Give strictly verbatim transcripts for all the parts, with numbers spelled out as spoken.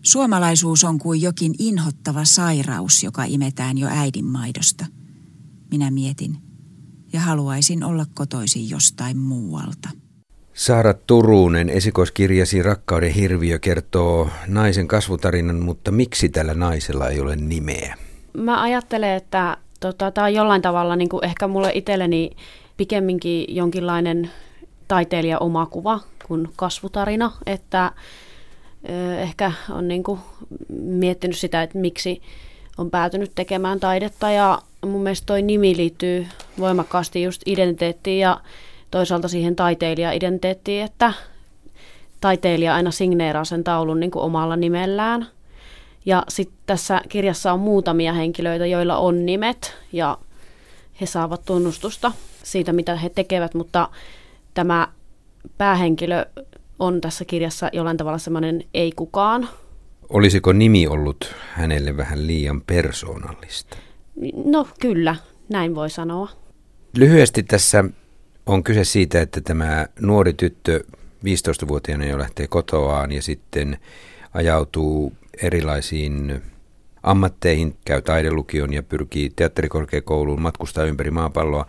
Suomalaisuus on kuin jokin inhottava sairaus, joka imetään jo äidin maidosta. Minä mietin, ja haluaisin olla kotoisin jostain muualta. Saara Turunen, esikoiskirjasi Rakkauden hirviö kertoo naisen kasvutarinan, mutta miksi tällä naisella ei ole nimeä? Mä ajattelen, että tota, tämä on jollain tavalla niin kuin ehkä mulle itselleni pikemminkin jonkinlainen taiteilija omakuva kuin kasvutarina, että ö, ehkä on niin kuin miettinyt sitä, että miksi on päätynyt tekemään taidetta, ja mun mielestä toi nimi liittyy voimakkaasti just identiteettiin ja toisaalta siihen taiteilija-identiteettiin, että taiteilija aina signeeraa sen taulun niin kuin omalla nimellään. Ja sitten tässä kirjassa on muutamia henkilöitä, joilla on nimet, ja he saavat tunnustusta siitä, mitä he tekevät, mutta tämä päähenkilö on tässä kirjassa jollain tavalla semmoinen ei kukaan. Olisiko nimi ollut hänelle vähän liian persoonallista? No kyllä, näin voi sanoa. Lyhyesti tässä on kyse siitä, että tämä nuori tyttö viisitoistavuotiaana jo lähtee kotoaan ja sitten ajautuu erilaisiin ammatteihin, käy taidelukion ja pyrkii teatterikorkeakouluun, matkustaa ympäri maapalloa.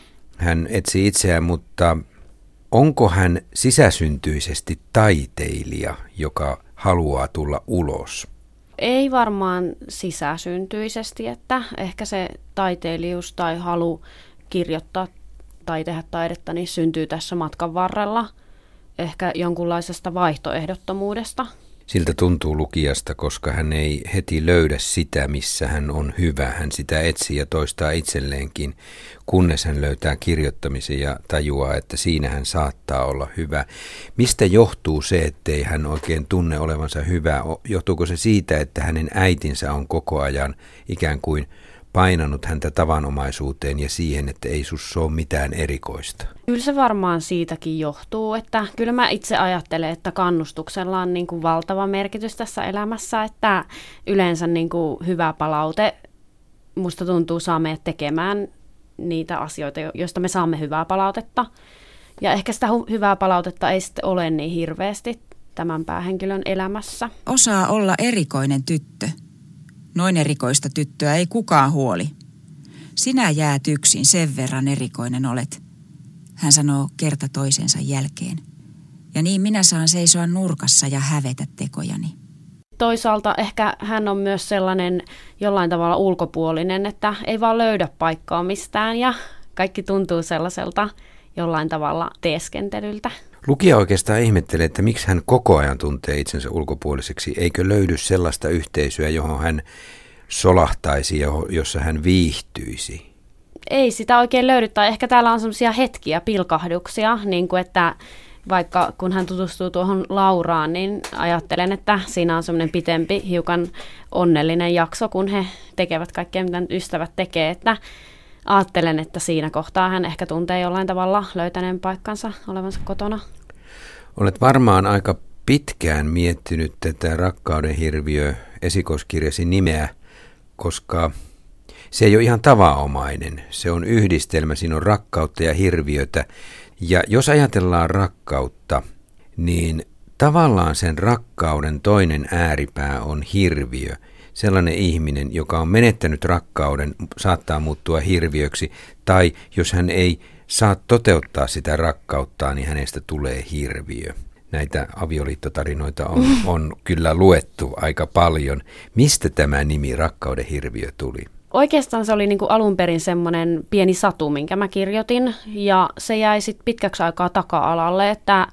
Hän etsii itseään, mutta onko hän sisäsyntyisesti taiteilija, joka haluaa tulla ulos? Ei varmaan sisäsyntyisesti, että ehkä se taiteilijuus tai halu kirjoittaa tai tehdä taidetta niin syntyy tässä matkan varrella, ehkä jonkunlaisesta vaihtoehdottomuudesta. Siltä tuntuu lukijasta, koska hän ei heti löydä sitä, missä hän on hyvä. Hän sitä etsii ja toistaa itselleenkin, kunnes hän löytää kirjoittamisen ja tajuaa, että siinä hän saattaa olla hyvä. Mistä johtuu se, ettei hän oikein tunne olevansa hyvä? Johtuuko se siitä, että hänen äitinsä on koko ajan ikään kuin painanut häntä tavanomaisuuteen ja siihen, että ei sus ole mitään erikoista? Kyllä se varmaan siitäkin johtuu, että kyllä mä itse ajattelen, että kannustuksella on niin kuin valtava merkitys tässä elämässä, että yleensä niin kuin hyvä palaute musta tuntuu saa meidät tekemään niitä asioita, joista me saamme hyvää palautetta. Ja ehkä sitä hu- hyvää palautetta ei sitten ole niin hirveästi tämän päähenkilön elämässä. Osaa olla erikoinen tyttö. Noin erikoista tyttöä ei kukaan huoli. Sinä jäät yksin, sen verran erikoinen olet, hän sanoo kerta toisensa jälkeen. Ja niin minä saan seisoa nurkassa ja hävetä tekojani. Toisaalta ehkä hän on myös sellainen jollain tavalla ulkopuolinen, että ei vaan löydä paikkaa mistään ja kaikki tuntuu sellaiselta jollain tavalla teeskentelyltä. Lukija oikeastaan ihmettelee, että miksi hän koko ajan tuntee itsensä ulkopuoliseksi. Eikö löydy sellaista yhteisöä, johon hän solahtaisi ja jossa hän viihtyisi? Ei sitä oikein löydy, tai ehkä täällä on sellaisia hetkiä, pilkahduksia, niin kuin että vaikka kun hän tutustuu tuohon Lauraan, niin ajattelen, että siinä on semmoinen pitempi, hiukan onnellinen jakso, kun he tekevät kaikkea, mitä ystävät tekee, että ajattelen, että siinä kohtaa hän ehkä tuntee jollain tavalla löytäneen paikkansa olevansa kotona. Olet varmaan aika pitkään miettinyt tätä Rakkauden hirviö esikoiskirjasi nimeä, koska se ei ole ihan tavanomainen. Se on yhdistelmä, siinä on rakkautta ja hirviötä. Ja jos ajatellaan rakkautta, niin tavallaan sen rakkauden toinen ääripää on hirviö. Sellainen ihminen, joka on menettänyt rakkauden, saattaa muuttua hirviöksi, tai jos hän ei saa toteuttaa sitä rakkauttaa, niin hänestä tulee hirviö. Näitä avioliittotarinoita on, on kyllä luettu aika paljon. Mistä tämä nimi Rakkauden hirviö tuli? Oikeastaan se oli niin kuin alun perin semmoinen pieni satu, minkä mä kirjoitin, ja se jäi sitten pitkäksi aikaa taka-alalle, että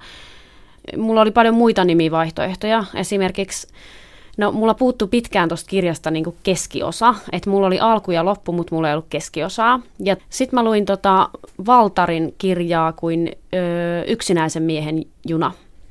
mulla oli paljon muita nimivaihtoehtoja. Esimerkiksi, no mulla puuttui pitkään tuosta kirjasta niin kuin keskiosa, että mulla oli alku ja loppu, mutta mulla ei ollut keskiosaa. Ja sitten mä luin tota Valtarin kirjaa kuin ö, Yksinäisen miehen juna.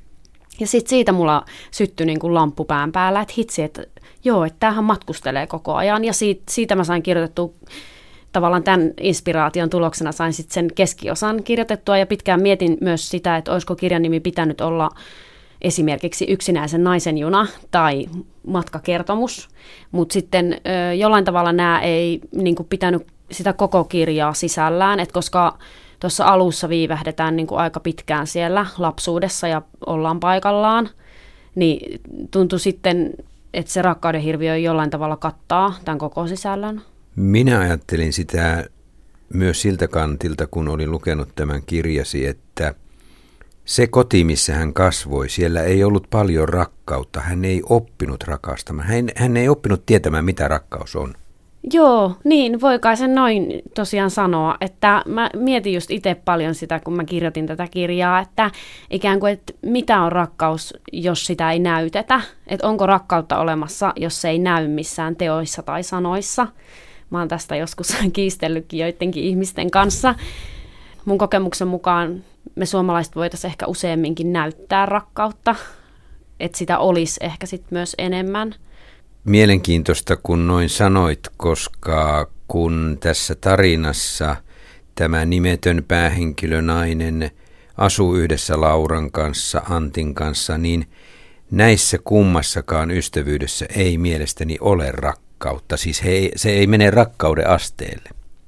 Ja sitten siitä mulla syttyi niin kuin lamppu pään päällä, että hitsi, että joo, että tämähän matkustelee koko ajan. Ja siitä, siitä mä sain kirjoitettua, tavallaan tämän inspiraation tuloksena sain sitten sen keskiosan kirjoitettua. Ja pitkään mietin myös sitä, että olisiko kirjan nimi pitänyt olla esimerkiksi Yksinäisen naisen juna tai matkakertomus. Mutta sitten ö, jollain tavalla nämä ei niin kuin pitänyt sitä koko kirjaa sisällään, että koska tuossa alussa viivähdetään niin kuin aika pitkään siellä lapsuudessa ja ollaan paikallaan, niin tuntui sitten että se rakkauden hirviö jollain tavalla kattaa tämän koko sisällön? Minä ajattelin sitä myös siltä kantilta, kun olin lukenut tämän kirjasi, että se koti, missä hän kasvoi, siellä ei ollut paljon rakkautta. Hän ei oppinut rakastamaan. Hän, hän ei oppinut tietämään, mitä rakkaus on. Joo, niin voi kai sen noin tosiaan sanoa, että mä mietin just itse paljon sitä, kun mä kirjoitin tätä kirjaa, että ikään kuin, että mitä on rakkaus, jos sitä ei näytetä, että onko rakkautta olemassa, jos se ei näy missään teoissa tai sanoissa. Mä oon tästä joskus kiistellytkin joidenkin ihmisten kanssa. Mun kokemuksen mukaan me suomalaiset voitaisiin ehkä useamminkin näyttää rakkautta, että sitä olisi ehkä sitten myös enemmän. Mielenkiintoista, kun noin sanoit, koska kun tässä tarinassa tämä nimetön päähenkilö nainen asuu yhdessä Lauran kanssa, Antin kanssa, niin näissä kummassakaan ystävyydessä ei mielestäni ole rakkautta. Siis he, se ei mene rakkauden asteelle.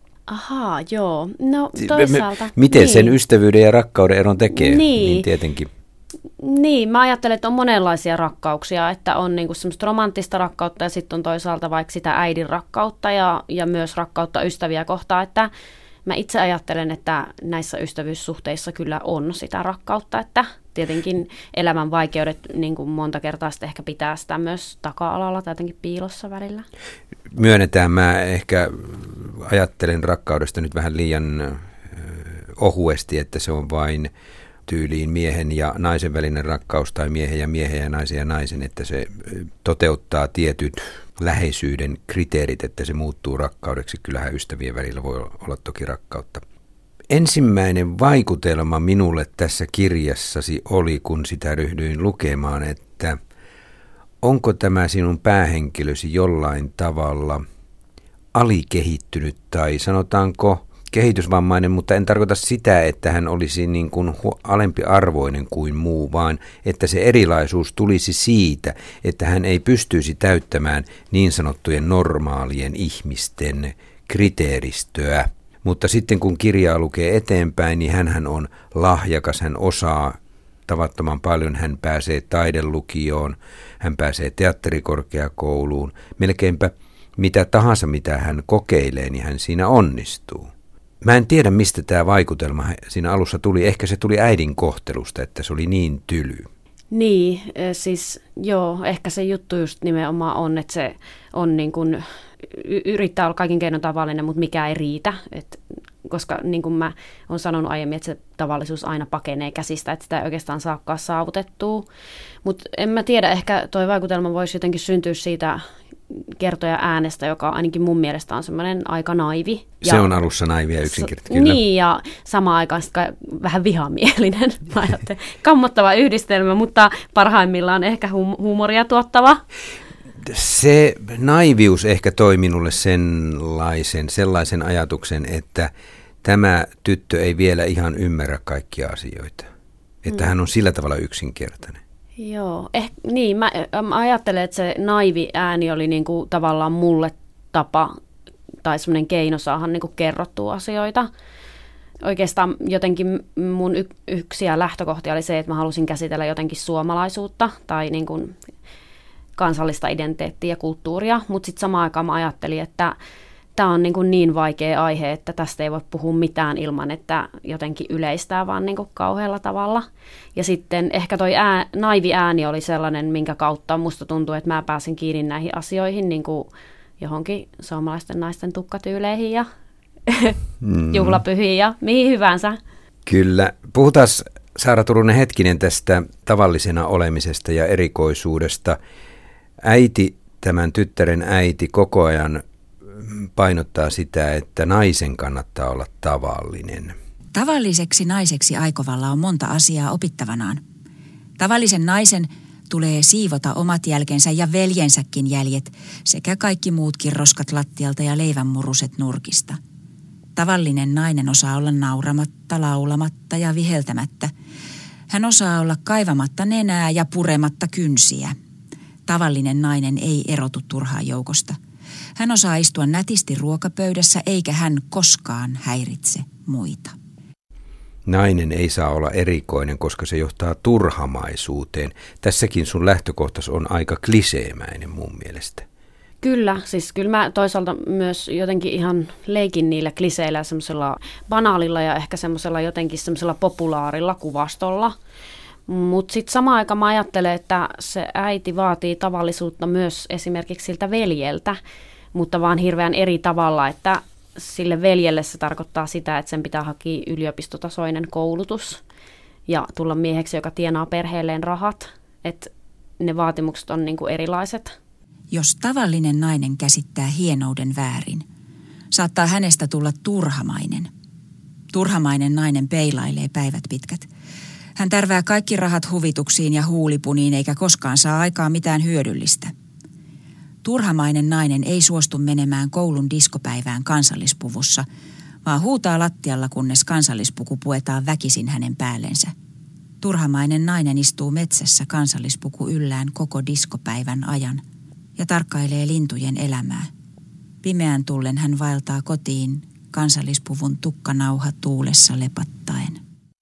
Ahaa, joo. No toisaalta. Miten niin. sen ystävyyden ja rakkauden eron tekee? Niin. Niin tietenkin. Niin, mä ajattelen, että on monenlaisia rakkauksia, että on niinku semmoista romanttista rakkautta ja sitten on toisaalta vaikka sitä äidin rakkautta ja, ja myös rakkautta ystäviä kohtaan, että mä itse ajattelen, että näissä ystävyyssuhteissa kyllä on sitä rakkautta, että tietenkin elämän vaikeudet niin kuin monta kertaa sitten ehkä pitää sitä myös taka-alalla tai jotenkin piilossa välillä. Myönnetään, mä ehkä ajattelen rakkaudesta nyt vähän liian ohuesti, että se on vain tyyliin miehen ja naisen välinen rakkaus tai miehen ja miehen ja naisen ja naisen, että se toteuttaa tietyt läheisyyden kriteerit, että se muuttuu rakkaudeksi. Kyllähän ystävien välillä voi olla toki rakkautta. Ensimmäinen vaikutelma minulle tässä kirjassasi oli, kun sitä ryhdyin lukemaan, että onko tämä sinun päähenkilösi jollain tavalla alikehittynyt tai sanotaanko kehitysvammainen, mutta en tarkoita sitä, että hän olisi niin kuin alempiarvoinen kuin muu, vaan että se erilaisuus tulisi siitä, että hän ei pystyisi täyttämään niin sanottujen normaalien ihmisten kriteeristöä. Mutta sitten kun kirjaa lukee eteenpäin, niin hänhän on lahjakas, hän osaa tavattoman paljon, hän pääsee taidelukioon, hän pääsee teatterikorkeakouluun, melkeinpä mitä tahansa mitä hän kokeilee, niin hän siinä onnistuu. Mä en tiedä, mistä tämä vaikutelma siinä alussa tuli. Ehkä se tuli äidin kohtelusta, että se oli niin tyly. Niin, siis joo, ehkä se juttu just nimenomaan on, että se on niin kuin, y- yrittää olla kaikin keinoin tavallinen, mutta mikä ei riitä. Et, koska niin kuin mä oon sanonut aiemmin, että se tavallisuus aina pakenee käsistä, että sitä ei oikeastaan saakaan saavutettua. Mutta en mä tiedä, ehkä toi vaikutelma voisi jotenkin syntyä siitä kertoja äänestä, joka ainakin mun mielestä on semmoinen aika naivi. Se ja on alussa naivi ja yksinkertainen, kyllä. Niin, ja samaan aikaan vähän vihamielinen. Mä ajattelen, kammottava yhdistelmä, mutta parhaimmillaan ehkä hum- huumoria tuottava. Se naivius ehkä toi minulle sellaisen, sellaisen ajatuksen, että tämä tyttö ei vielä ihan ymmärrä kaikkia asioita. Että mm. hän on sillä tavalla yksinkertainen. Joo, eh, niin mä, mä ajattelen, että se naivi ääni oli niinku tavallaan mulle tapa tai semmoinen keino saada niinku kerrottua asioita. Oikeastaan jotenkin mun y- yksiä lähtökohtia oli se, että mä halusin käsitellä jotenkin suomalaisuutta tai niinku kansallista identiteettiä ja kulttuuria, mutta sitten samaan aikaan mä ajattelin, että tämä on niin, kuin niin vaikea aihe, että tästä ei voi puhua mitään ilman, että jotenkin yleistää vaan niin kuin kauhealla tavalla. Ja sitten ehkä toi ää, naivi ääni oli sellainen, minkä kautta musta tuntuu, että mä pääsin kiinni näihin asioihin niin kuin johonkin suomalaisten naisten tukkatyyleihin ja mm. juhlapyhiin ja mihin hyvänsä. Kyllä. Puhutaan Saara Turunen hetkinen tästä tavallisena olemisesta ja erikoisuudesta. Äiti, tämän tyttären äiti koko ajan painottaa sitä, että naisen kannattaa olla tavallinen. Tavalliseksi naiseksi aikovalla on monta asiaa opittavanaan. Tavallisen naisen tulee siivota omat jälkensä ja veljensäkin jäljet sekä kaikki muutkin roskat lattialta ja leivänmuruset nurkista. Tavallinen nainen osaa olla nauramatta, laulamatta ja viheltämättä. Hän osaa olla kaivamatta nenää ja purematta kynsiä. Tavallinen nainen ei erotu turhaan joukosta. Hän osaa istua nätisti ruokapöydässä, eikä hän koskaan häiritse muita. nainen ei saa olla erikoinen, koska se johtaa turhamaisuuteen. Tässäkin sun lähtökohtas on aika kliseemäinen mun mielestä. Kyllä, siis kyllä mä toisaalta myös jotenkin ihan leikin niillä kliseillä, semmoisella banaalilla ja ehkä semmoisella jotenkin semmoisella populaarilla kuvastolla. Mutta sitten samaan aikaan mä ajattelen, että se äiti vaatii tavallisuutta myös esimerkiksi siltä veljeltä, mutta vaan hirveän eri tavalla, että sille veljelle se tarkoittaa sitä, että sen pitää hakea yliopistotasoinen koulutus ja tulla mieheksi, joka tienaa perheelleen rahat, että ne vaatimukset on niinku erilaiset. Jos tavallinen nainen käsittää hienouden väärin, saattaa hänestä tulla turhamainen. Turhamainen nainen peilailee päivät pitkät. Hän tärvää kaikki rahat huvituksiin ja huulipuniin eikä koskaan saa aikaan mitään hyödyllistä. Turhamainen nainen ei suostu menemään koulun diskopäivään kansallispuvussa, vaan huutaa lattialla, kunnes kansallispuku puetaan väkisin hänen päällensä. Turhamainen nainen istuu metsässä kansallispuku yllään koko diskopäivän ajan ja tarkkailee lintujen elämää. Pimeän tullen hän vaeltaa kotiin kansallispuvun tukkanauha tuulessa lepattaen.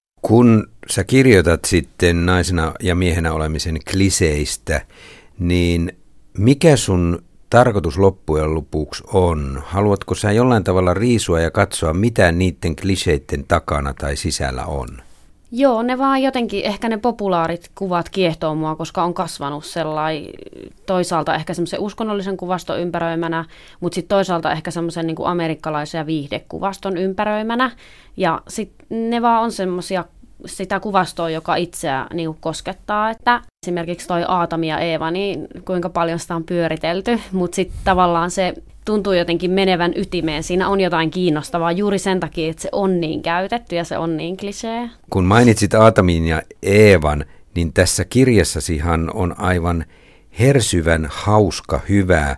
Kun sä kirjoitat sitten naisena ja miehenä olemisen kliseistä, niin mikä sun tarkoitus loppujen lopuksi on? Haluatko sä jollain tavalla riisua ja katsoa, mitä niiden kliseiden takana tai sisällä on? Joo, ne vaan jotenkin, ehkä ne populaarit kuvat kiehtoo mua, koska on kasvanut sellainen toisaalta ehkä semmoisen uskonnollisen kuvaston ympäröimänä, mutta sitten toisaalta ehkä semmoisen niin kuin amerikkalaisen ja viihdekuvaston ympäröimänä. Ja sitten ne vaan on semmoisia sitä kuvastoa, joka itseä niin kuin koskettaa, että esimerkiksi toi Aatami ja Eeva, niin kuinka paljon sitä on pyöritelty, mutta sitten tavallaan se tuntuu jotenkin menevän ytimeen. Siinä on jotain kiinnostavaa juuri sen takia, että se on niin käytetty ja se on niin klisee. Kun mainitsit Aatamin ja Eevan, niin tässä kirjassasihan on aivan hersyvän hauska, hyvä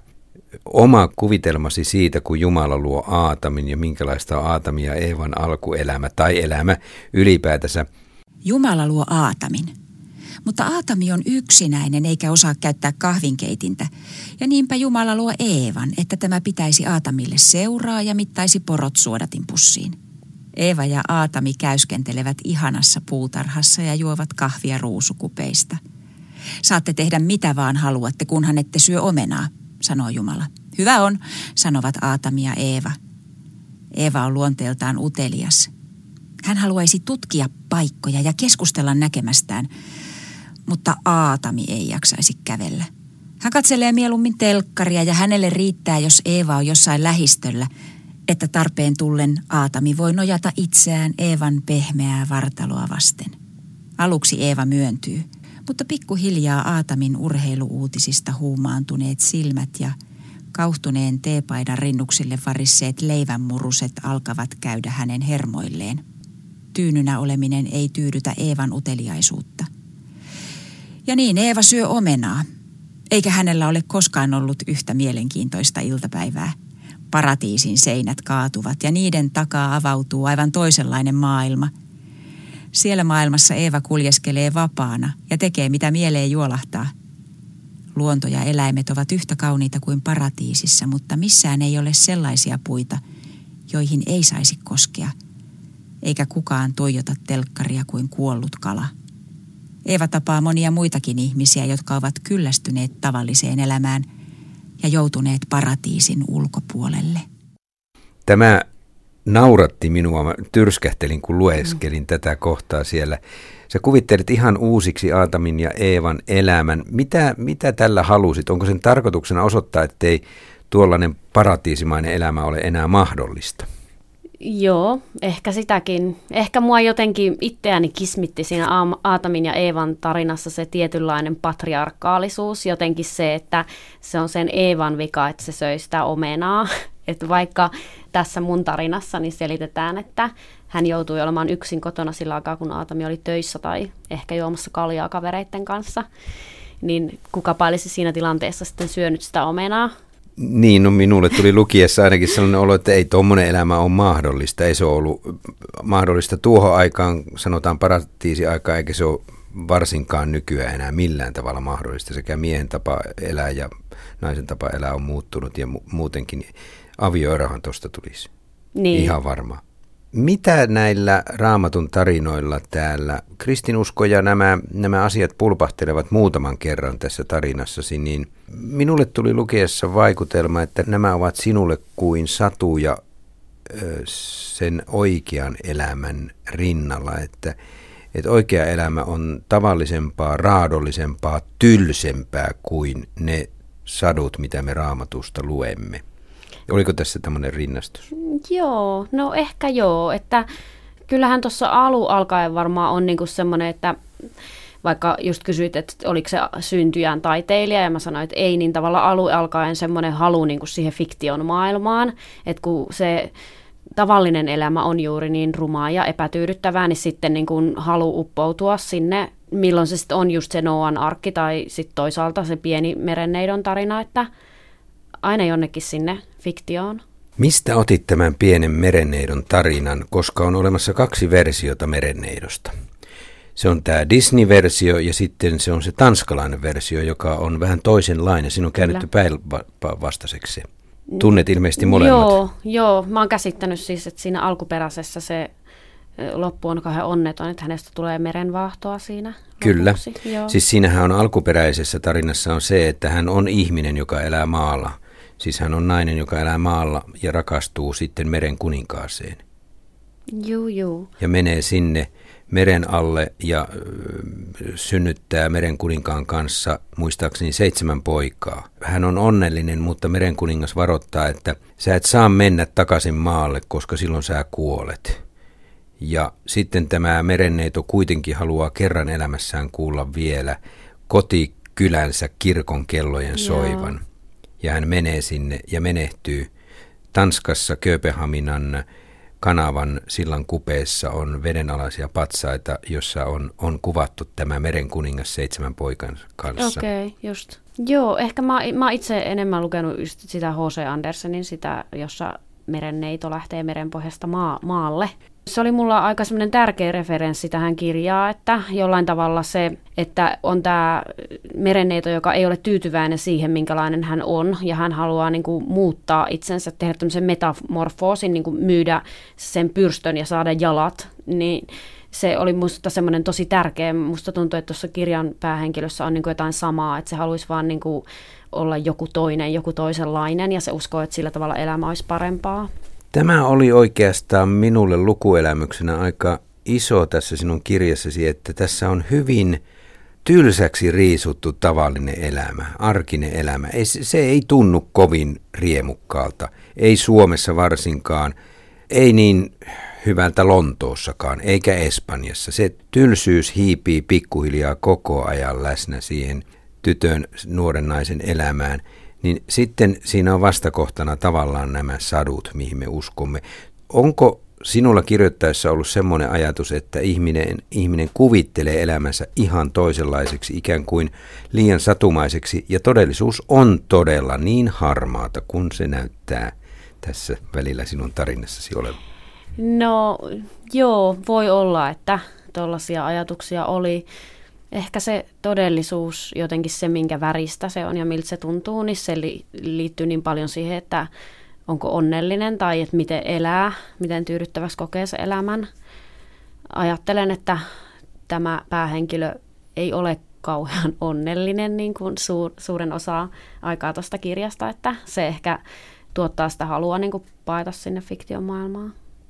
oma kuvitelmasi siitä, kun Jumala luo Aatamin ja minkälaista on Aatamin ja Eevan alkuelämä tai elämä ylipäätänsä. Jumala luo Aatamin. Mutta Aatami on yksinäinen eikä osaa käyttää kahvinkeitintä. Ja niinpä Jumala luo Eevan, että tämä pitäisi Aatamille seuraa ja mittaisi porot suodatinpussiin. Eeva ja Aatami käyskentelevät ihanassa puutarhassa ja juovat kahvia ruusukupeista. Saatte tehdä mitä vaan haluatte, kunhan ette syö omenaa, sanoo Jumala. Hyvä on, sanovat Aatami ja Eeva. Eeva on luonteeltaan utelias. Hän haluaisi tutkia paikkoja ja keskustella näkemästään, mutta Aatami ei jaksaisi kävellä. Hän katselee mieluummin telkkaria ja hänelle riittää, jos Eeva on jossain lähistöllä, että tarpeen tullen Aatami voi nojata itseään Eevan pehmeää vartaloa vasten. Aluksi Eeva myöntyy, mutta pikkuhiljaa Aatamin urheiluuutisista huumaantuneet silmät ja kauhtuneen teepaidan rinnuksille varisseet leivänmuruset alkavat käydä hänen hermoilleen. Tyynynä oleminen ei tyydytä Eevan uteliaisuutta. Ja niin Eeva syö omenaa, eikä hänellä ole koskaan ollut yhtä mielenkiintoista iltapäivää. Paratiisin seinät kaatuvat ja niiden takaa avautuu aivan toisenlainen maailma. Siellä maailmassa Eeva kuljeskelee vapaana ja tekee mitä mieleen juolahtaa. Luonto ja eläimet ovat yhtä kauniita kuin paratiisissa, mutta missään ei ole sellaisia puita, joihin ei saisi koskea, eikä kukaan tuijota telkkaria kuin kuollut kala. Eeva tapaa monia muitakin ihmisiä, jotka ovat kyllästyneet tavalliseen elämään ja joutuneet paratiisin ulkopuolelle. Tämä nauratti minua. Mä tyrskähtelin, kun lueskelin mm. tätä kohtaa siellä. Sä kuvittelit ihan uusiksi Aatamin ja Eevan elämän. Mitä, mitä tällä halusit? Onko sen tarkoituksena osoittaa, ettei tuollainen paratiisimainen elämä ole enää mahdollista? Joo, ehkä sitäkin. Ehkä mua jotenkin itseäni kismitti siinä Aatamin ja Eevan tarinassa se tietynlainen patriarkaalisuus. Jotenkin se, että se on sen Eevan vika, että se söi sitä omenaa. Että vaikka tässä mun tarinassani selitetään, että hän joutui olemaan yksin kotona sillä aikaa, kun Aatami oli töissä tai ehkä juomassa kaljaa kavereiden kanssa, niin kukapa olisi siinä tilanteessa sitten syönyt sitä omenaa. Niin, no minulle tuli lukiessa ainakin sellainen olo, että ei tuommoinen elämä ole mahdollista. Ei se ole ollut mahdollista tuohon aikaan, sanotaan paratiisi-aikaan, eikä se ole varsinkaan nykyään enää millään tavalla mahdollista. Sekä miehen tapa elää ja naisen tapa elää on muuttunut ja mu- muutenkin avioerohan tuosta tulisi. Niin. Ihan varma. Mitä näillä Raamatun tarinoilla täällä, kristinusko ja nämä, nämä asiat pulpahtelevat muutaman kerran tässä tarinassasi, niin minulle tuli lukiessa vaikutelma, että nämä ovat sinulle kuin satuja ö, sen oikean elämän rinnalla, että, että oikea elämä on tavallisempaa, raadollisempaa, tylsempää kuin ne sadut, mitä me Raamatusta luemme. Oliko tässä tämmöinen rinnastus? Joo, no ehkä joo, että kyllähän tuossa alun alkaen varmaan on niinku semmoinen, että vaikka just kysyit, että oliko se syntyjän taiteilija ja mä sanoin, että ei, niin tavallaan alun alkaen semmoinen halu niinku siihen fiktion maailmaan, että kun se tavallinen elämä on juuri niin rumaa ja epätyydyttävää, niin sitten niin kuin halu uppoutua sinne, milloin se sitten on just se Nooan arkki tai sitten toisaalta se pieni merenneidon tarina, että aina jonnekin sinne fiktioon. Mistä otit tämän pienen merenneidon tarinan, koska on olemassa kaksi versiota merenneidosta? Se on tämä Disney-versio ja sitten se on se tanskalainen versio, joka on vähän toisenlainen. Siinä on käännetty päinvastaiseksi. Tunnet ilmeisesti molemmat. Joo, joo, mä oon käsittänyt siis, että siinä alkuperäisessä se loppu on kauhean onneton, että hänestä tulee merenvaahtoa siinä. Kyllä. Siis siinähän on alkuperäisessä tarinassa on se, että hän on ihminen, joka elää maalla. Siis hän on nainen, joka elää maalla ja rakastuu sitten meren kuninkaaseen. Juu, juu. Ja menee sinne meren alle ja synnyttää merenkuninkaan kanssa muistaakseni seitsemän poikaa. Hän on onnellinen, mutta merenkuningas varoittaa, että sä et saa mennä takaisin maalle, koska silloin sä kuolet. Ja sitten tämä merenneito kuitenkin haluaa kerran elämässään kuulla vielä kotikylänsä kirkon kellojen soivan. Joo. Ja hän menee sinne ja menehtyy. Tanskassa Kööpenhaminan kanavan sillan kupeessa on vedenalaisia patsaita, jossa on, on kuvattu tämä merenkuningas seitsemän poikan kanssa. Okei, okay, just. Joo, ehkä mä, mä itse enemmän lukenut just sitä H C Andersenin, sitä, jossa merenneito lähtee merenpohjasta maa, maalle. Se oli mulla aika semmoinen tärkeä referenssi tähän kirjaan, että jollain tavalla se, että on tämä merenneito, joka ei ole tyytyväinen siihen, minkälainen hän on, ja hän haluaa niin kuin muuttaa itsensä, tehdä tämmöisen metamorfoosin, niin kuin myydä sen pyrstön ja saada jalat, niin se oli musta semmoinen tosi tärkeä. Musta tuntuu, että tuossa kirjan päähenkilössä on niin kuin jotain samaa, että se haluaisi vaan niin kuin olla joku toinen, joku toisenlainen, ja se uskoo, että sillä tavalla elämä olisi parempaa. Tämä oli oikeastaan minulle lukuelämyksenä aika iso tässä sinun kirjassasi, että tässä on hyvin tylsäksi riisuttu tavallinen elämä, arkinen elämä. Ei, se ei tunnu kovin riemukkaalta, ei Suomessa varsinkaan, ei niin hyvältä Lontoossakaan, eikä Espanjassa. Se tylsyys hiipii pikkuhiljaa koko ajan läsnä siihen tytön, nuoren naisen elämään. Niin sitten siinä on vastakohtana tavallaan nämä sadut, mihin me uskomme. Onko sinulla kirjoittaessa ollut semmoinen ajatus, että ihminen, ihminen kuvittelee elämänsä ihan toisenlaiseksi, ikään kuin liian satumaiseksi, ja todellisuus on todella niin harmaata, kun se näyttää tässä välillä sinun tarinassasi olevan? No joo, voi olla, että tuollaisia ajatuksia oli. Ehkä se todellisuus, jotenkin se, minkä väristä se on ja miltä se tuntuu, niin se li- liittyy niin paljon siihen, että onko onnellinen tai että miten elää, miten tyydyttäväksi kokee se elämän. Ajattelen, että tämä päähenkilö ei ole kauhean onnellinen niin kuin suur- suuren osa aikaa tuosta kirjasta, että se ehkä tuottaa sitä halua niin kuin paeta sinne fiktion maailmaan.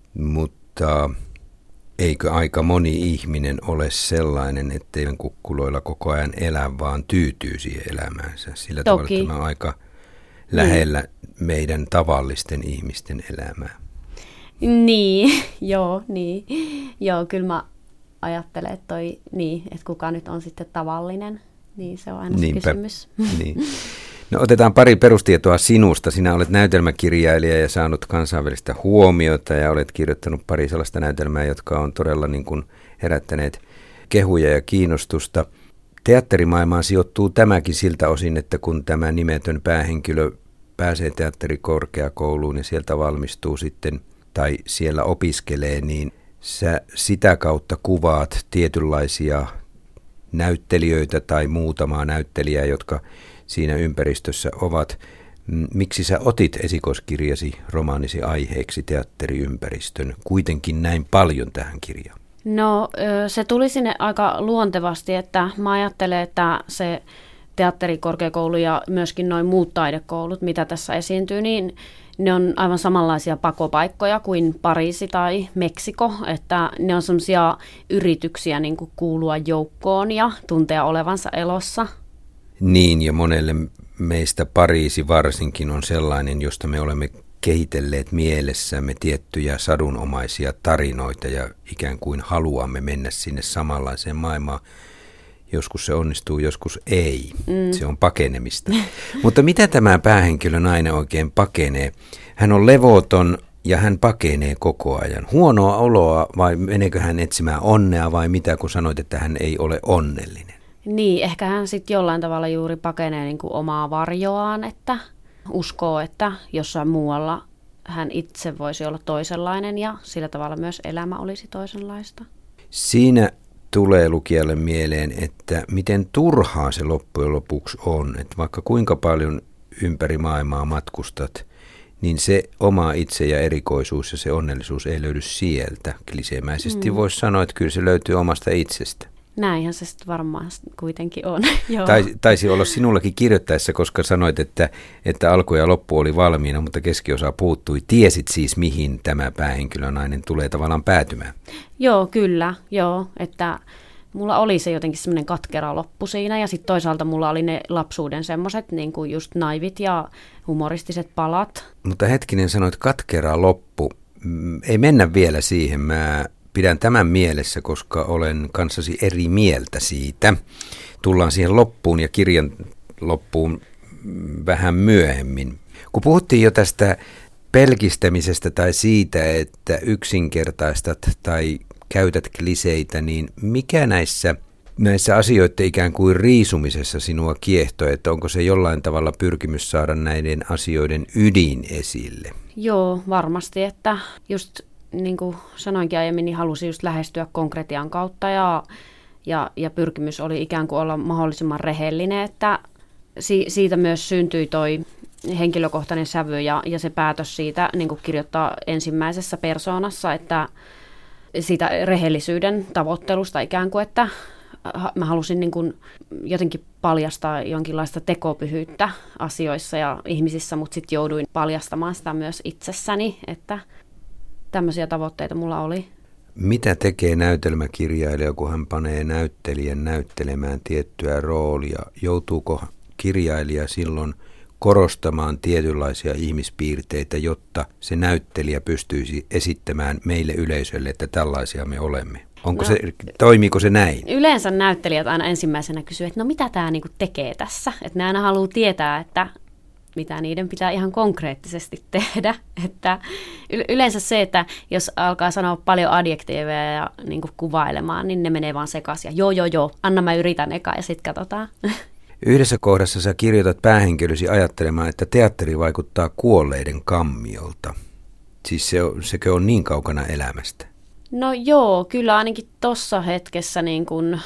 Mutta eikö aika moni ihminen ole sellainen, ettei kukkuloilla koko ajan elä, vaan tyytyy siihen elämäänsä? Sillä Toki. tavalla tämä on aika lähellä niin. meidän tavallisten ihmisten elämää. Niin, joo, niin. Joo, kyllä mä ajattelen, että, toi, niin, että kuka nyt on sitten tavallinen, niin se on aina Niinpä. se kysymys. Niin. No otetaan pari perustietoa sinusta. Sinä olet näytelmäkirjailija ja saanut kansainvälistä huomiota ja olet kirjoittanut pari sellaista näytelmää, jotka on todella niin kuin herättäneet kehuja ja kiinnostusta. Teatterimaailmaan sijoittuu tämäkin siltä osin, että kun tämä nimetön päähenkilö pääsee teatterikorkeakouluun ja sieltä valmistuu sitten tai siellä opiskelee, niin sä sitä kautta kuvaat tietynlaisia näyttelijöitä tai muutamaa näyttelijää, jotka siinä ympäristössä ovat. Miksi sä otit esikoiskirjasi romaanisi aiheeksi teatteriympäristön kuitenkin näin paljon tähän kirjaan? No se tuli sinne aika luontevasti, että mä ajattelen, että se teatterikorkeakoulu ja myöskin noin muut taidekoulut, mitä tässä esiintyy, niin ne on aivan samanlaisia pakopaikkoja kuin Pariisi tai Meksiko, että ne on semmoisia yrityksiä niin kuin kuulua joukkoon ja tuntea olevansa elossa. Niin, ja monelle meistä Pariisi varsinkin on sellainen, josta me olemme kehitelleet mielessämme tiettyjä sadunomaisia tarinoita ja ikään kuin haluamme mennä sinne samanlaiseen maailmaan. Joskus se onnistuu, joskus ei. Mm. Se on pakenemista. Mutta mitä tämä päähenkilö nainen oikein pakenee? Hän on levoton ja hän pakenee koko ajan. Huonoa oloa vai meneekö hän etsimään onnea vai mitä, kun sanoit, että hän ei ole onnellinen? Niin, ehkä hän sitten jollain tavalla juuri pakenee niin kuin omaa varjoaan, että uskoo, että jossain muualla hän itse voisi olla toisenlainen ja sillä tavalla myös elämä olisi toisenlaista. Siinä tulee lukijalle mieleen, että miten turhaa se loppujen lopuksi on, että vaikka kuinka paljon ympäri maailmaa matkustat, niin se oma itse ja erikoisuus ja se onnellisuus ei löydy sieltä. Kliseemäisesti mm. voisi sanoa, että kyllä se löytyy omasta itsestä. Näinhän se sitten varmaan kuitenkin on. Taisi, taisi olla sinullakin kirjoittaessa, koska sanoit, että, että alku ja loppu oli valmiina, mutta keskiosa puuttui. Tiesit siis, mihin tämä päähenkilönainen tulee tavallaan päätymään? Joo, kyllä. Joo, että mulla oli se jotenkin semmoinen katkera loppu siinä ja sitten toisaalta mulla oli ne lapsuuden semmoiset niin kuin just naivit ja humoristiset palat. Mutta hetkinen, sanoit katkera loppu. Ei mennä vielä siihen. Mä pidän tämän mielessä, koska olen kanssasi eri mieltä siitä. Tullaan siihen loppuun ja kirjan loppuun vähän myöhemmin. Kun puhuttiin jo tästä pelkistämisestä tai siitä, että yksinkertaistat tai käytät kliseitä, niin mikä näissä, näissä asioiden ikään kuin riisumisessa sinua kiehtoo, että onko se jollain tavalla pyrkimys saada näiden asioiden ydin esille? Joo, varmasti, että just niin kuin sanoinkin aiemmin, niin halusin just lähestyä konkretian kautta ja, ja, ja pyrkimys oli ikään kuin olla mahdollisimman rehellinen, että si, siitä myös syntyi toi henkilökohtainen sävy ja, ja se päätös siitä niin kuin kirjoittaa ensimmäisessä persoonassa, että siitä rehellisyyden tavoittelusta ikään kuin, että mä halusin niin kuin jotenkin paljastaa jonkinlaista tekopyhyyttä asioissa ja ihmisissä, mutta sitten jouduin paljastamaan sitä myös itsessäni, että tämmöisiä tavoitteita mulla oli. Mitä tekee näytelmäkirjailija, kun hän panee näyttelijän näyttelemään tiettyä roolia? Joutuuko kirjailija silloin korostamaan tietynlaisia ihmispiirteitä, jotta se näyttelijä pystyisi esittämään meille yleisölle, että tällaisia me olemme? Onko no, se, toimiiko se näin? Yleensä näyttelijät aina ensimmäisenä kysyvät, että no mitä tämä niinku tekee tässä? Että ne aina haluaa tietää, että mitä niiden pitää ihan konkreettisesti tehdä. Että yleensä se, että jos alkaa sanoa paljon adjektiiveja ja niin kuin kuvailemaan, niin ne menee vaan sekaisin. Joo, joo, joo, anna mä yritän eka ja sitten katsotaan. Yhdessä kohdassa sä kirjoitat päähenkilösi ajattelemaan, että teatteri vaikuttaa kuolleiden kammiolta. Siis se, sekö on niin kaukana elämästä? No joo, kyllä ainakin tuossa hetkessä niin kun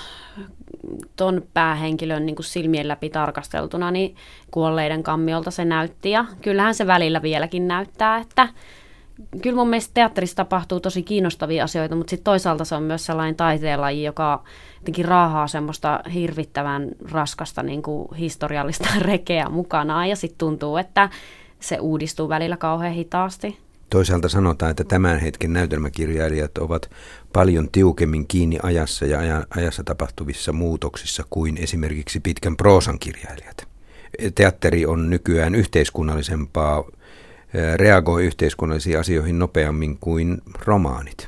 ton päähenkilön niin kun silmien läpi tarkasteltuna, niin kuolleiden kammiolta se näytti. Ja kyllähän se välillä vieläkin näyttää, että kyllä mun mielestä teatterissa tapahtuu tosi kiinnostavia asioita, mutta sitten toisaalta se on myös sellainen taiteenlaji, joka jotenkin raahaa semmoista hirvittävän raskasta niin kuin historiallista rekeä mukanaan ja sitten tuntuu, että se uudistuu välillä kauhean hitaasti. Toisaalta sanotaan, että tämän hetken näytelmäkirjailijat ovat paljon tiukemmin kiinni ajassa ja ajassa tapahtuvissa muutoksissa kuin esimerkiksi pitkän proosan kirjailijat. Teatteri on nykyään yhteiskunnallisempaa, reagoi yhteiskunnallisiin asioihin nopeammin kuin romaanit.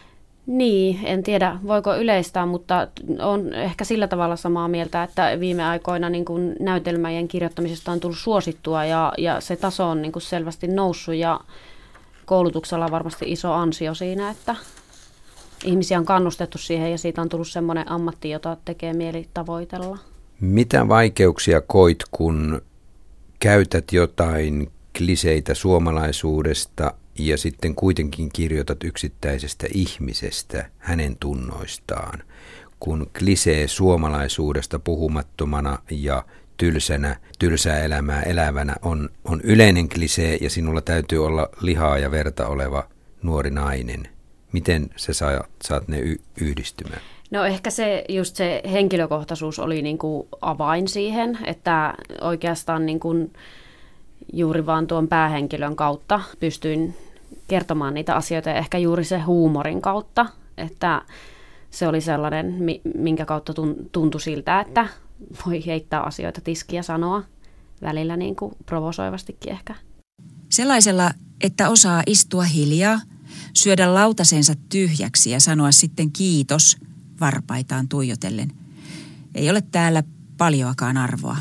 Niin, en tiedä voiko yleistää, mutta on ehkä sillä tavalla samaa mieltä, että viime aikoina niin kuin näytelmäjen kirjoittamisesta on tullut suosittua ja, ja se taso on niin kuin selvästi noussut ja koulutuksella on varmasti iso ansio siinä, että ihmisiä on kannustettu siihen ja siitä on tullut semmoinen ammatti, jota tekee mieli tavoitella. Mitä vaikeuksia koit, kun käytät jotain kliseitä suomalaisuudesta ja sitten kuitenkin kirjoitat yksittäisestä ihmisestä, hänen tunnoistaan, kun klisee suomalaisuudesta puhumattomana ja tylsänä, tylsää elämää elävänä on, on yleinen klisee ja sinulla täytyy olla lihaa ja verta oleva nuori nainen. Miten sä saat, saat ne y- yhdistymään? No ehkä se just se henkilökohtaisuus oli niin kuin avain siihen, että oikeastaan niin kuin juuri vaan tuon päähenkilön kautta pystyin kertomaan niitä asioita ja ehkä juuri se huumorin kautta, että se oli sellainen, minkä kautta tuntui siltä, että voi heittää asioita tiskiä ja sanoa välillä niin kuin provosoivastikin ehkä. Sellaisella, että osaa istua hiljaa, syödä lautasensa tyhjäksi ja sanoa sitten kiitos varpaitaan tuijotellen, ei ole täällä paljoakaan arvoa.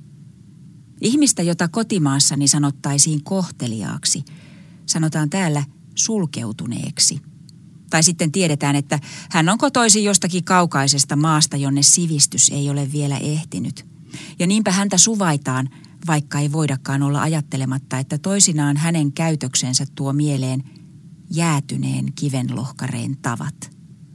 Ihmistä, jota kotimaassani sanottaisiin kohteliaaksi, sanotaan täällä sulkeutuneeksi. Tai sitten tiedetään, että hän on kotoisin jostakin kaukaisesta maasta, jonne sivistys ei ole vielä ehtinyt. Ja niinpä häntä suvaitaan, vaikka ei voidakaan olla ajattelematta, että toisinaan hänen käytöksensä tuo mieleen jäätyneen kivenlohkareen tavat.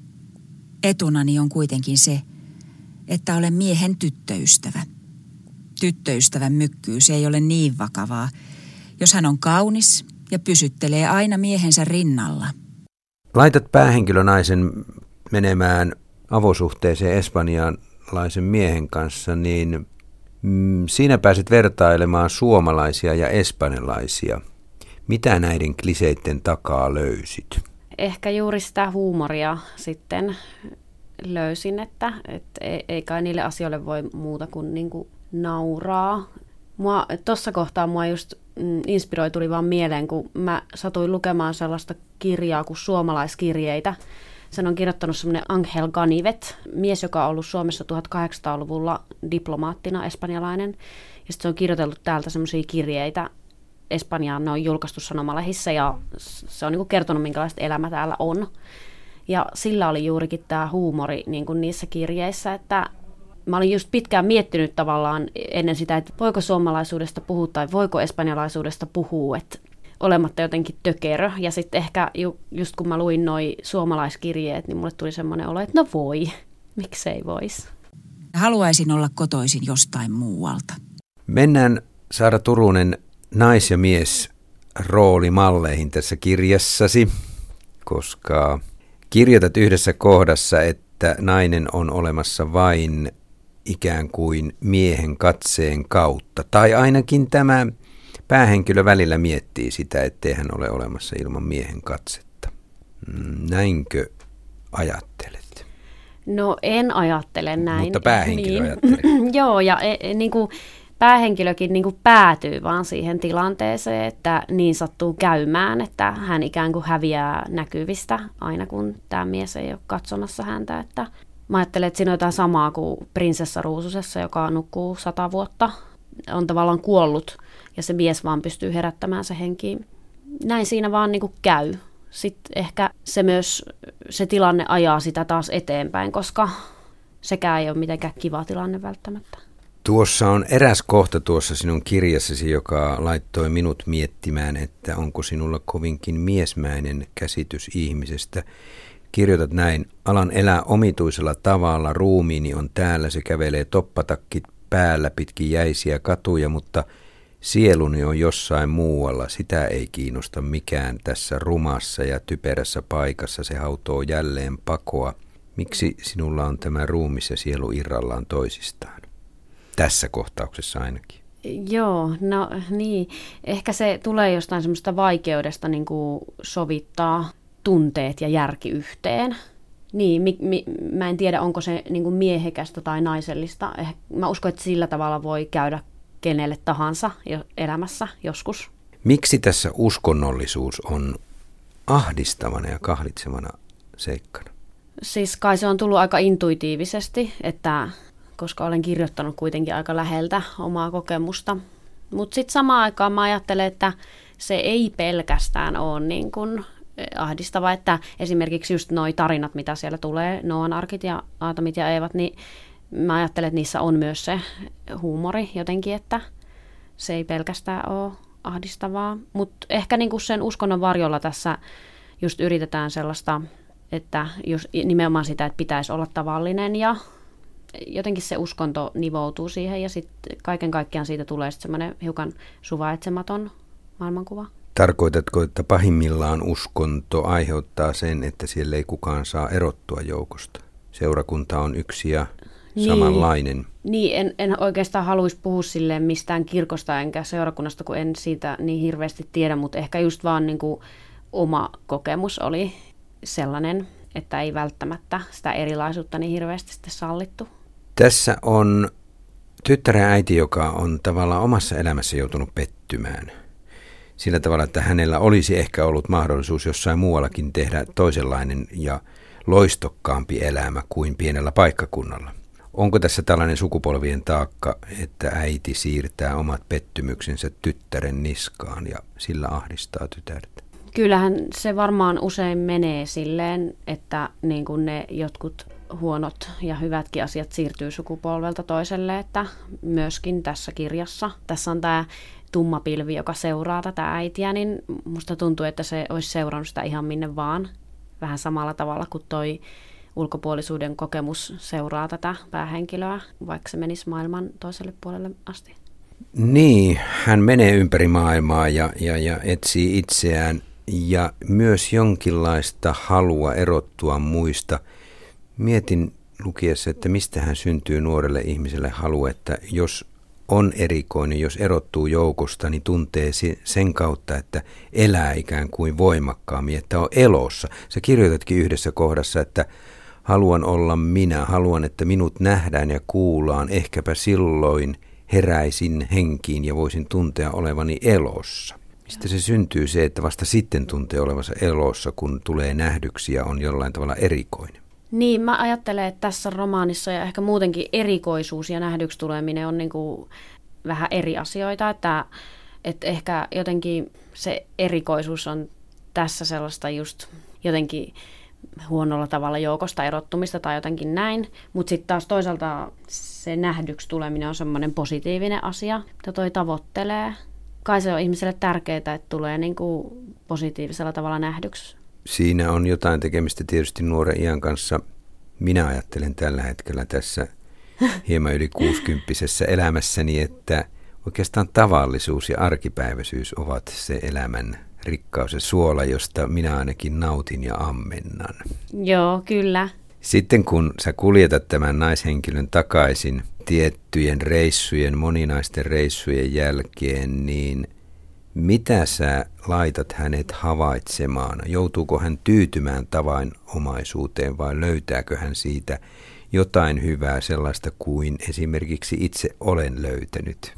Etunani on kuitenkin se, että olen miehen tyttöystävä. Tyttöystävän mykkyys ei ole niin vakavaa, jos hän on kaunis ja pysyttelee aina miehensä rinnalla. Laitat päähenkilönaisen menemään avosuhteeseen espanjalaisen miehen kanssa, niin mm, siinä pääset vertailemaan suomalaisia ja espanjalaisia. Mitä näiden kliseitten takaa löysit? Ehkä juuri sitä huumoria sitten löysin, että, että ei kai niille asioille voi muuta kuin, niin kuin nauraa. Mua, tuossa kohtaa mua just mm, inspiroi tuli vaan mieleen, kun mä satuin lukemaan sellaista kirjaa kuin Suomalaiskirjeitä. Sen on kirjoittanut semmoinen Angel Ganivet, mies, joka on ollut Suomessa tuhatkahdeksansataaluvulla diplomaattina, espanjalainen. Ja sitten se on kirjoitellut täältä semmoisia kirjeitä Espanjaan, ne on julkaistu sanomalehdissä ja se on niin kuin kertonut, minkälaista elämä täällä on. Ja sillä oli juurikin tämä huumori niin kuin niissä kirjeissä, että mä olin just pitkään miettinyt tavallaan ennen sitä, että voiko suomalaisuudesta puhua tai voiko espanjalaisuudesta puhua, että olematta jotenkin tökerö. Ja sitten ehkä ju, just kun mä luin noi suomalaiskirjeet, niin mulle tuli semmoinen olo, että no voi, miksei vois. Haluaisin olla kotoisin jostain muualta. Mennään Saara Turunen nais- ja mies roolimalleihin tässä kirjassasi, koska kirjoitat yhdessä kohdassa, että nainen on olemassa vain ikään kuin miehen katseen kautta. Tai ainakin tämä päähenkilö välillä miettii sitä, ettei hän ole olemassa ilman miehen katsetta. Näinkö ajattelet? No en ajattele näin. Mutta päähenkilö niin. ajattelee. Joo, ja e, niin kuin päähenkilökin niin kuin päätyy vaan siihen tilanteeseen, että niin sattuu käymään, että hän ikään kuin häviää näkyvistä aina kun tämä mies ei ole katsomassa häntä. Että mä ajattelen, että siinä on jotain samaa kuin prinsessa Ruususessa, joka nukkuu sata vuotta, on tavallaan kuollut ja se mies vaan pystyy herättämään se henkiin. Näin siinä vaan niin kuin käy. Sitten ehkä se myös, se tilanne ajaa sitä taas eteenpäin, koska sekään ei ole mitenkään kiva tilanne välttämättä. Tuossa on eräs kohta tuossa sinun kirjassasi, joka laittoi minut miettimään, että onko sinulla kovinkin miesmäinen käsitys ihmisestä. Kirjoitat näin: alan elää omituisella tavalla, ruumiini on täällä, se kävelee toppatakkit päällä pitkin jäisiä katuja, mutta sieluni on jossain muualla, sitä ei kiinnosta mikään tässä rumassa ja typerässä paikassa, se hautoo jälleen pakoa. Miksi sinulla on tämä ruumis ja sielu irrallaan toisistaan? Tässä kohtauksessa ainakin. Joo, no niin. Ehkä se tulee jostain semmoista vaikeudesta niin kuin sovittaa tunteet ja järki yhteen. Niin, mi, mi, mä en tiedä, onko se niin kuin miehekästä tai naisellista. Eh, mä uskon, että sillä tavalla voi käydä kenelle tahansa jo elämässä joskus. Miksi tässä uskonnollisuus on ahdistavana ja kahlitsevana seikkana? Siis kai se on tullut aika intuitiivisesti, että koska olen kirjoittanut kuitenkin aika läheltä omaa kokemusta. Mutta sitten samaan aikaan mä ajattelen, että se ei pelkästään ole niin kuin ahdistava, että esimerkiksi just noi tarinat, mitä siellä tulee, Nooan arkit ja Aatamit ja Eevat, niin mä ajattelen, että niissä on myös se huumori jotenkin, että se ei pelkästään ole ahdistavaa. Mutta ehkä niinku sen uskonnon varjolla tässä just yritetään sellaista, että just nimenomaan sitä, että pitäisi olla tavallinen ja jotenkin se uskonto nivoutuu siihen ja sitten kaiken kaikkiaan siitä tulee sitten semmoinen hiukan suvaitsematon maailmankuva. Tarkoitatko, että pahimmillaan uskonto aiheuttaa sen, että siellä ei kukaan saa erottua joukosta? Seurakunta on yksi ja niin, samanlainen. Niin, en, en oikeastaan haluaisi puhua silleen mistään kirkosta enkä seurakunnasta, kun en siitä niin hirveästi tiedä, mutta ehkä just vaan niin kuin oma kokemus oli sellainen, että ei välttämättä sitä erilaisuutta niin hirveästi sitten sallittu. Tässä on tyttären äiti, joka on tavallaan omassa elämässä joutunut pettymään. Sillä tavalla, että hänellä olisi ehkä ollut mahdollisuus jossain muuallakin tehdä toisenlainen ja loistokkaampi elämä kuin pienellä paikkakunnalla. Onko tässä tällainen sukupolvien taakka, että äiti siirtää omat pettymyksensä tyttären niskaan ja sillä ahdistaa tytärtä? Kyllähän se varmaan usein menee silleen, että niin kuin ne jotkut huonot ja hyvätkin asiat siirtyy sukupolvelta toiselle, että myöskin tässä kirjassa. Tässä on tämä tumma pilvi, joka seuraa tätä äitiä, niin musta tuntuu, että se olisi seurannut sitä ihan minne vaan. Vähän samalla tavalla kuin toi ulkopuolisuuden kokemus seuraa tätä päähenkilöä, vaikka se menisi maailman toiselle puolelle asti. Niin, hän menee ympäri maailmaa ja, ja, ja etsii itseään ja myös jonkinlaista halua erottua muista. Mietin lukiessa, että mistähän syntyy nuorelle ihmiselle halu, että jos on erikoinen, jos erottuu joukosta, niin tuntee sen kautta, että elää ikään kuin voimakkaammin, että on elossa. Sä kirjoitatkin yhdessä kohdassa, että haluan olla minä, haluan, että minut nähdään ja kuullaan, ehkäpä silloin heräisin henkiin ja voisin tuntea olevani elossa. Mistä se syntyy se, että vasta sitten tuntee olevansa elossa, kun tulee nähdyksi ja on jollain tavalla erikoinen? Niin, mä ajattelen, että tässä romaanissa ja ehkä muutenkin erikoisuus ja nähdyksi tuleminen on niin kuin vähän eri asioita, että, että ehkä jotenkin se erikoisuus on tässä sellaista just jotenkin huonolla tavalla joukosta erottumista tai jotenkin näin, mutta sitten taas toisaalta se nähdyksi tuleminen on semmoinen positiivinen asia, mitä toi tavoittelee. Kai se on ihmiselle tärkeää, että tulee niin kuin positiivisella tavalla nähdyksi. Siinä on jotain tekemistä tietysti nuoren iän kanssa. Minä ajattelen tällä hetkellä tässä hieman yli kuusikymppisessä elämässäni, että oikeastaan tavallisuus ja arkipäiväisyys ovat se elämän rikkaus ja suola, josta minä ainakin nautin ja ammennan. Joo, kyllä. Sitten kun sä kuljetat tämän naishenkilön takaisin tiettyjen reissujen, moninaisten reissujen jälkeen, niin mitä sä laitat hänet havaitsemaan? Joutuuko hän tyytymään tavainomaisuuteen vai löytääkö hän siitä jotain hyvää sellaista kuin esimerkiksi itse olen löytänyt?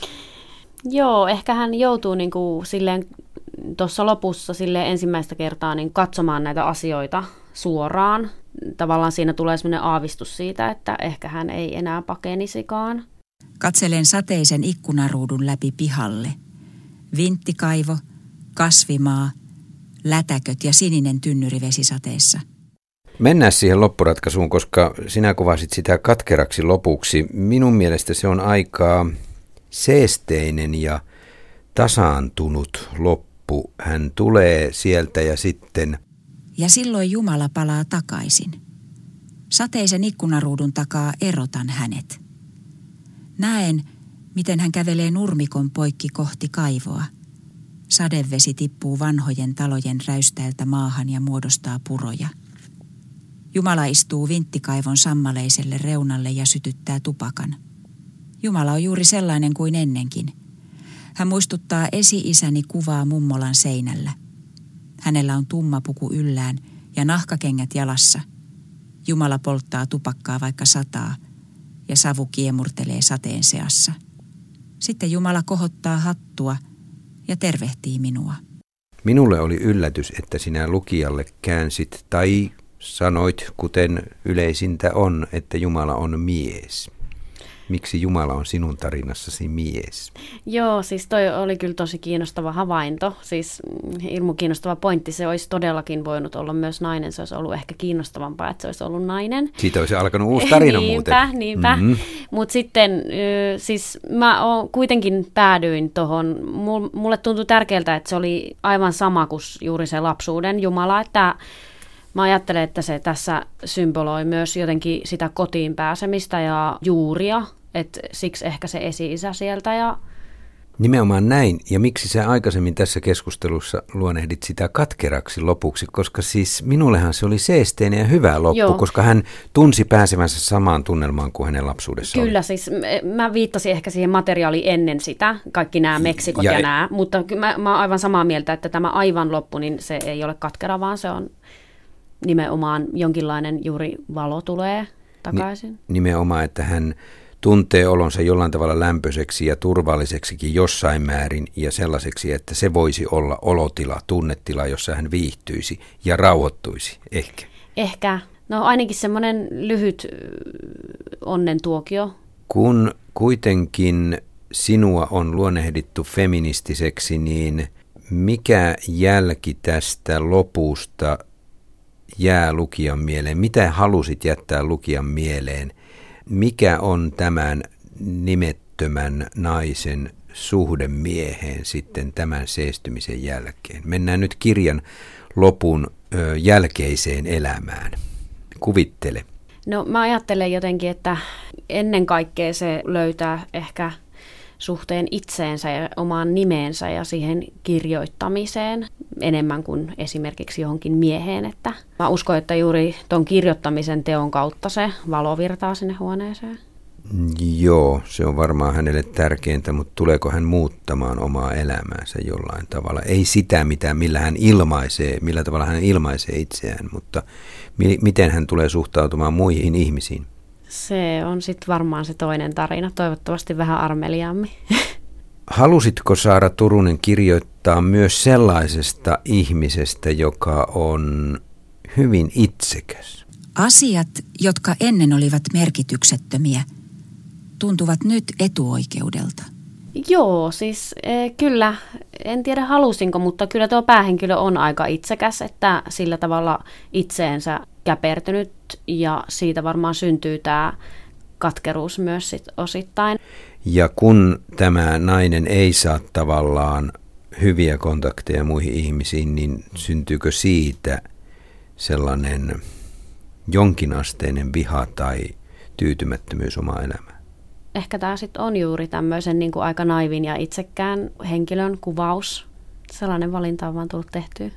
Joo, ehkä hän joutuu niin kuin silleen tuossa lopussa silleen ensimmäistä kertaa niin katsomaan näitä asioita suoraan. Tavallaan siinä tulee sellainen aavistus siitä, että ehkä hän ei enää pakenisikaan. Katselen sateisen ikkunaruudun läpi pihalle. Vinttikaivo, kasvimaa, lätäköt ja sininen tynnyri vesisateessa. Mennään siihen loppuratkaisuun, koska sinä kuvasit sitä katkeraksi lopuksi. Minun mielestä se on aika seesteinen ja tasaantunut loppu. Hän tulee sieltä ja sitten... Ja silloin Jumala palaa takaisin. Sateisen ikkunaruudun takaa erotan hänet. Näen, miten hän kävelee nurmikon poikki kohti kaivoa. Sadevesi tippuu vanhojen talojen räystäiltä maahan ja muodostaa puroja. Jumala istuu vinttikaivon sammaleiselle reunalle ja sytyttää tupakan. Jumala on juuri sellainen kuin ennenkin. Hän muistuttaa esi-isäni kuvaa mummolan seinällä. Hänellä on tumma puku yllään ja nahkakengät jalassa. Jumala polttaa tupakkaa vaikka sataa ja savu kiemurtelee sateen seassa. Sitten Jumala kohottaa hattua ja tervehtii minua. Minulle oli yllätys, että sinä lukijalle käänsit tai sanoit, kuten yleisintä on, että Jumala on mies. Miksi Jumala on sinun tarinassasi mies? Joo, siis toi oli kyllä tosi kiinnostava havainto. Siis hirmu kiinnostava pointti. Se olisi todellakin voinut olla myös nainen. Se olisi ollut ehkä kiinnostavampaa, että se olisi ollut nainen. Siitä olisi alkanut uusi tarina niinpä, muuten. Niinpä, mm-hmm. Mutta sitten siis mä oon, kuitenkin päädyin tuohon. Mulle tuntui tärkeältä, että se oli aivan sama kuin juuri se lapsuuden Jumala, että Mä ajattelen, että se tässä symboloi myös jotenkin sitä kotiin pääsemistä ja juuria, että siksi ehkä se esi-isä sieltä. Ja nimenomaan näin. Ja miksi sä aikaisemmin tässä keskustelussa luonehdit sitä katkeraksi lopuksi? Koska siis minullehan se oli seesteinen ja hyvä loppu, Joo. koska hän tunsi pääsevänsä samaan tunnelmaan kuin hänen lapsuudessa Kyllä, oli. siis mä viittasin ehkä siihen materiaaliin ennen sitä, kaikki nämä Meksikot ja, ja nämä, mutta mä, mä oon aivan samaa mieltä, että tämä aivan loppu, niin se ei ole katkera, vaan se on nimenomaan jonkinlainen juuri valo tulee takaisin. Ni, nimenomaan, että hän tuntee olonsa jollain tavalla lämpöiseksi ja turvalliseksikin jossain määrin ja sellaiseksi, että se voisi olla olotila, tunnetila, jossa hän viihtyisi ja rauhoittuisi ehkä. Ehkä. No ainakin semmoinen lyhyt onnen tuokio. Kun kuitenkin sinua on luonnehdittu feministiseksi, niin mikä jälki tästä lopusta jää lukijan mieleen? Mitä halusit jättää lukijan mieleen? Mikä on tämän nimettömän naisen suhde mieheen sitten tämän seestymisen jälkeen? Mennään nyt kirjan lopun ö, jälkeiseen elämään. Kuvittele. No mä ajattelen jotenkin, että ennen kaikkea se löytää ehkä suhteen itseensä ja omaan nimeensä ja siihen kirjoittamiseen enemmän kuin esimerkiksi johonkin mieheen. Että mä uskon, että juuri ton kirjoittamisen teon kautta se valo virtaa sinne huoneeseen. Joo, se on varmaan hänelle tärkeintä, mutta tuleeko hän muuttamaan omaa elämäänsä jollain tavalla? Ei sitä, mitä, millä hän ilmaisee, millä tavalla hän ilmaisee itseään, mutta mi- miten hän tulee suhtautumaan muihin ihmisiin? Se on sitten varmaan se toinen tarina, toivottavasti vähän armeliaammin. Halusitko, Saara Turunen, kirjoittaa myös sellaisesta ihmisestä, joka on hyvin itsekäs? Asiat, jotka ennen olivat merkityksettömiä, tuntuvat nyt etuoikeudelta. Joo, siis e, kyllä, en tiedä halusinko, mutta kyllä tuo päähenkilö on aika itsekäs, että sillä tavalla itseensä käpertynyt ja siitä varmaan syntyy tämä katkeruus myös sit osittain. Ja kun tämä nainen ei saa tavallaan hyviä kontakteja muihin ihmisiin, niin syntyykö siitä sellainen jonkinasteinen viha tai tyytymättömyys omaan elämään? Ehkä tämä sitten on juuri tämmöisen niin kuin aika naivin ja itsekään henkilön kuvaus. Sellainen valinta on vaan tullut tehtyä.